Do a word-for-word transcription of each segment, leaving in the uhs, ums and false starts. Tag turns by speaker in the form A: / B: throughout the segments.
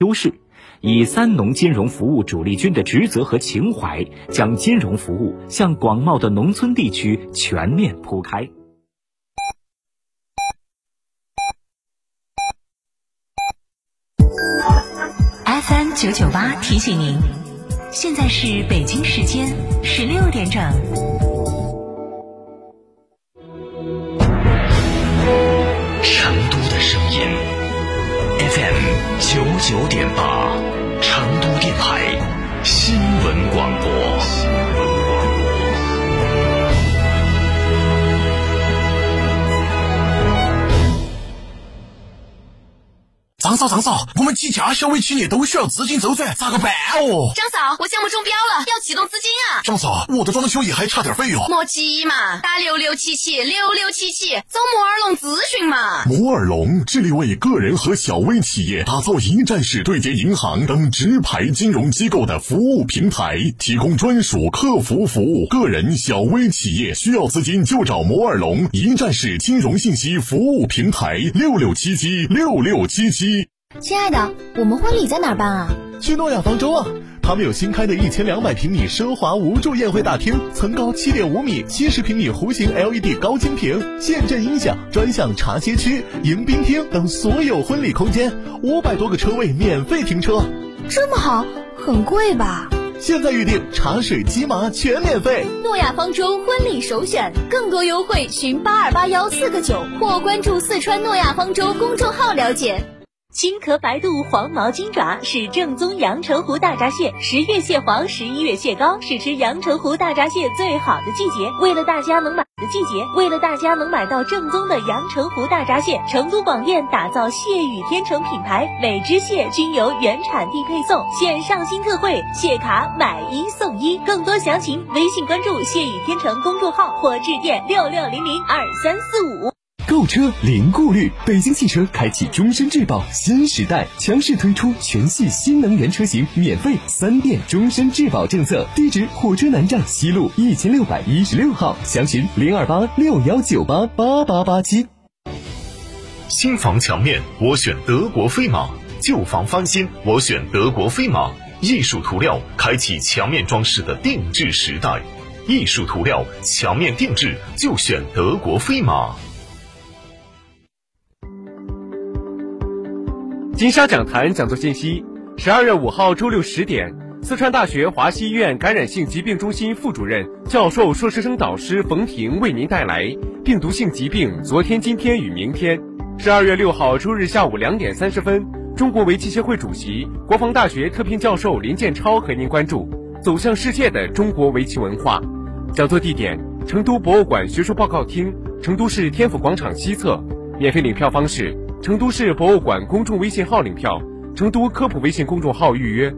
A: 优势，以三农金融服务主力军的职责和情怀，将金融服务向广袤的农村地区全面铺开。
B: F M 九九八提醒您，现在是北京时间十六点整。
C: 成都的声音 F M 九九点八，成都电台新闻广播。
D: 张嫂，张嫂，我们几家小微企业都需要资金周转，咋个办哦？
E: 张嫂，我项目中标了，要启动资金啊！
D: 张嫂，我的装修也还差点费用。
E: 莫急嘛，打六六七七六六七七，找摩尔龙咨询嘛。
D: 摩尔龙致力为个人和小微企业打造一站式对接银行等直排金融机构的服务平台，提供专属客服服务。个人、小微企业需要资金就找摩尔龙一站式金融信息服务平台，六六七七六六七七。
F: 亲爱的，我们婚礼在哪儿办啊？
G: 去诺亚方舟啊！他们有新开的一千两百平米奢华无柱宴会大厅，层高七点五米，七十平米弧形 L E D 高清屏，现阵音响，专项茶歇区、迎宾厅等所有婚礼空间，五百多个车位免费停车。
F: 这么好，很贵吧？
G: 现在预定茶水鸡麻全免费。
F: 诺亚方舟婚礼首选，更多优惠询八二八幺四个九或关注四川诺亚方舟公众号了解。
B: 金壳白肚黄毛金爪是正宗阳澄湖大闸蟹，十月蟹黄，十一月蟹膏，是吃阳澄湖大闸蟹最好的季节。为了大家能买的季节，为了大家能买到正宗的阳澄湖大闸蟹，成都广宴打造蟹语天成品牌，每只蟹均由原产地配送，现上新特惠，蟹卡买一送一。更多详情，微信关注蟹语天成公众号或致电六六零零二三四五。
H: 购车零顾虑，北京汽车开启终身质保新时代，强势推出全系新能源车型免费三电终身质保政策。地址：火车南站西路一千六百一十六号，详询零二八六幺九八八八八七。
I: 新房墙面我选德国飞马，旧房翻新我选德国飞马。艺术涂料开启墙面装饰的定制时代，艺术涂料墙面定制就选德国飞马。
J: 金沙讲坛讲座信息：十二月五号周六十点，四川大学华西医院感染性疾病中心副主任、教授、硕士生导师冯婷为您带来病毒性疾病昨天、今天与明天。十二月六号周日下午两点三十分，中国围棋协会主席、国防大学特聘教授林建超和您关注走向世界的中国围棋文化。讲座地点：成都博物馆学术报告厅、成都市天府广场西侧。免费领票方式：成都市博物馆公众微信号领票，成都科普微信公众号预约。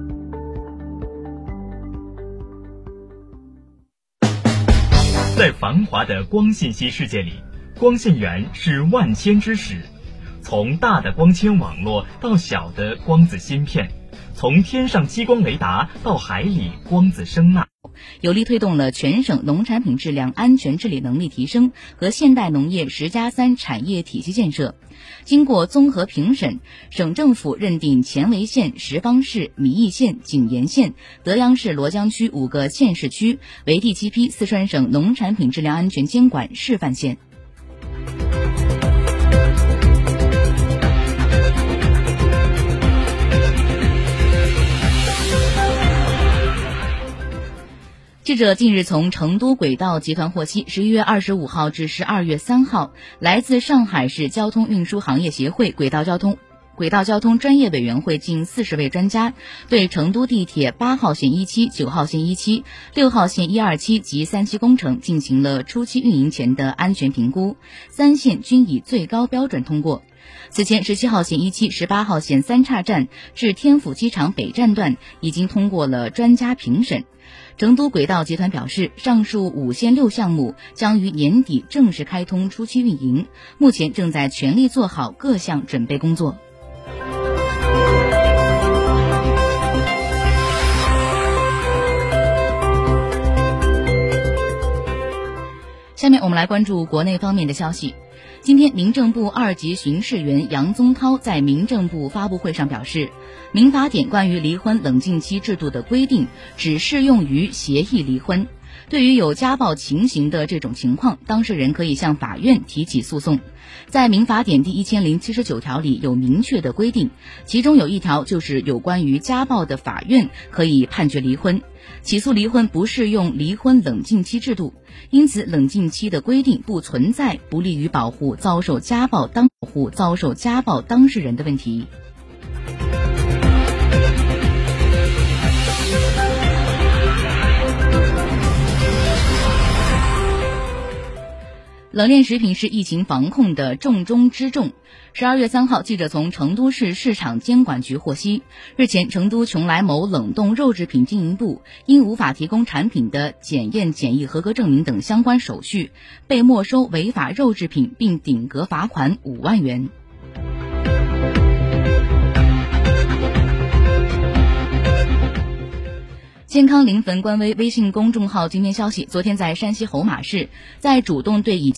K: 在繁华的光信息世界里，光信源是万千之始。从大的光纤网络到小的光子芯片，从天上激光雷达到海里光子声呐，
L: 有力推动了全省农产品质量安全治理能力提升和现代农业十加三产业体系建设。经过综合评审，省政府认定前围县、什邡市、米易县、景延县、德阳市罗江区五个县市区为第七批四川省农产品质量安全监管示范县。记者近日从成都轨道集团获悉，十一月二十五号至十二月三号，来自上海市交通运输行业协会轨道交通轨道交通专业委员会近四十位专家，对成都地铁八号线一期、九号线一期、六号线一二期及三期工程进行了初期运营前的安全评估，三线均以最高标准通过。此前十七号线一期、十八号线三岔站至天府机场北站段已经通过了专家评审。成都轨道集团表示，上述五线六项目将于年底正式开通初期运营，目前正在全力做好各项准备工作。下下面我们来关注国内方面的消息。今天，民政部二级巡视员杨宗涛在民政部发布会上表示，民法典关于离婚冷静期制度的规定只适用于协议离婚。对于有家暴情形的这种情况，当事人可以向法院提起诉讼。在民法典第一千零七十九条里有明确的规定，其中有一条就是有关于家暴的法院可以判决离婚。起诉离婚不适用离婚冷静期制度，因此冷静期的规定不存在不利于保护遭受家暴当保护遭受家暴当事人的问题。冷链食品是疫情防控的重中之重。十二月三号，记者从成都市市场监管局获悉，日前成都邛崃某冷冻肉制品经营部因无法提供产品的检验检疫合格证明等相关手续，被没收违法肉制品，并顶格罚款五万元。健康临汾官微微信公众号今天消息，昨天在山西侯马市，在主动对已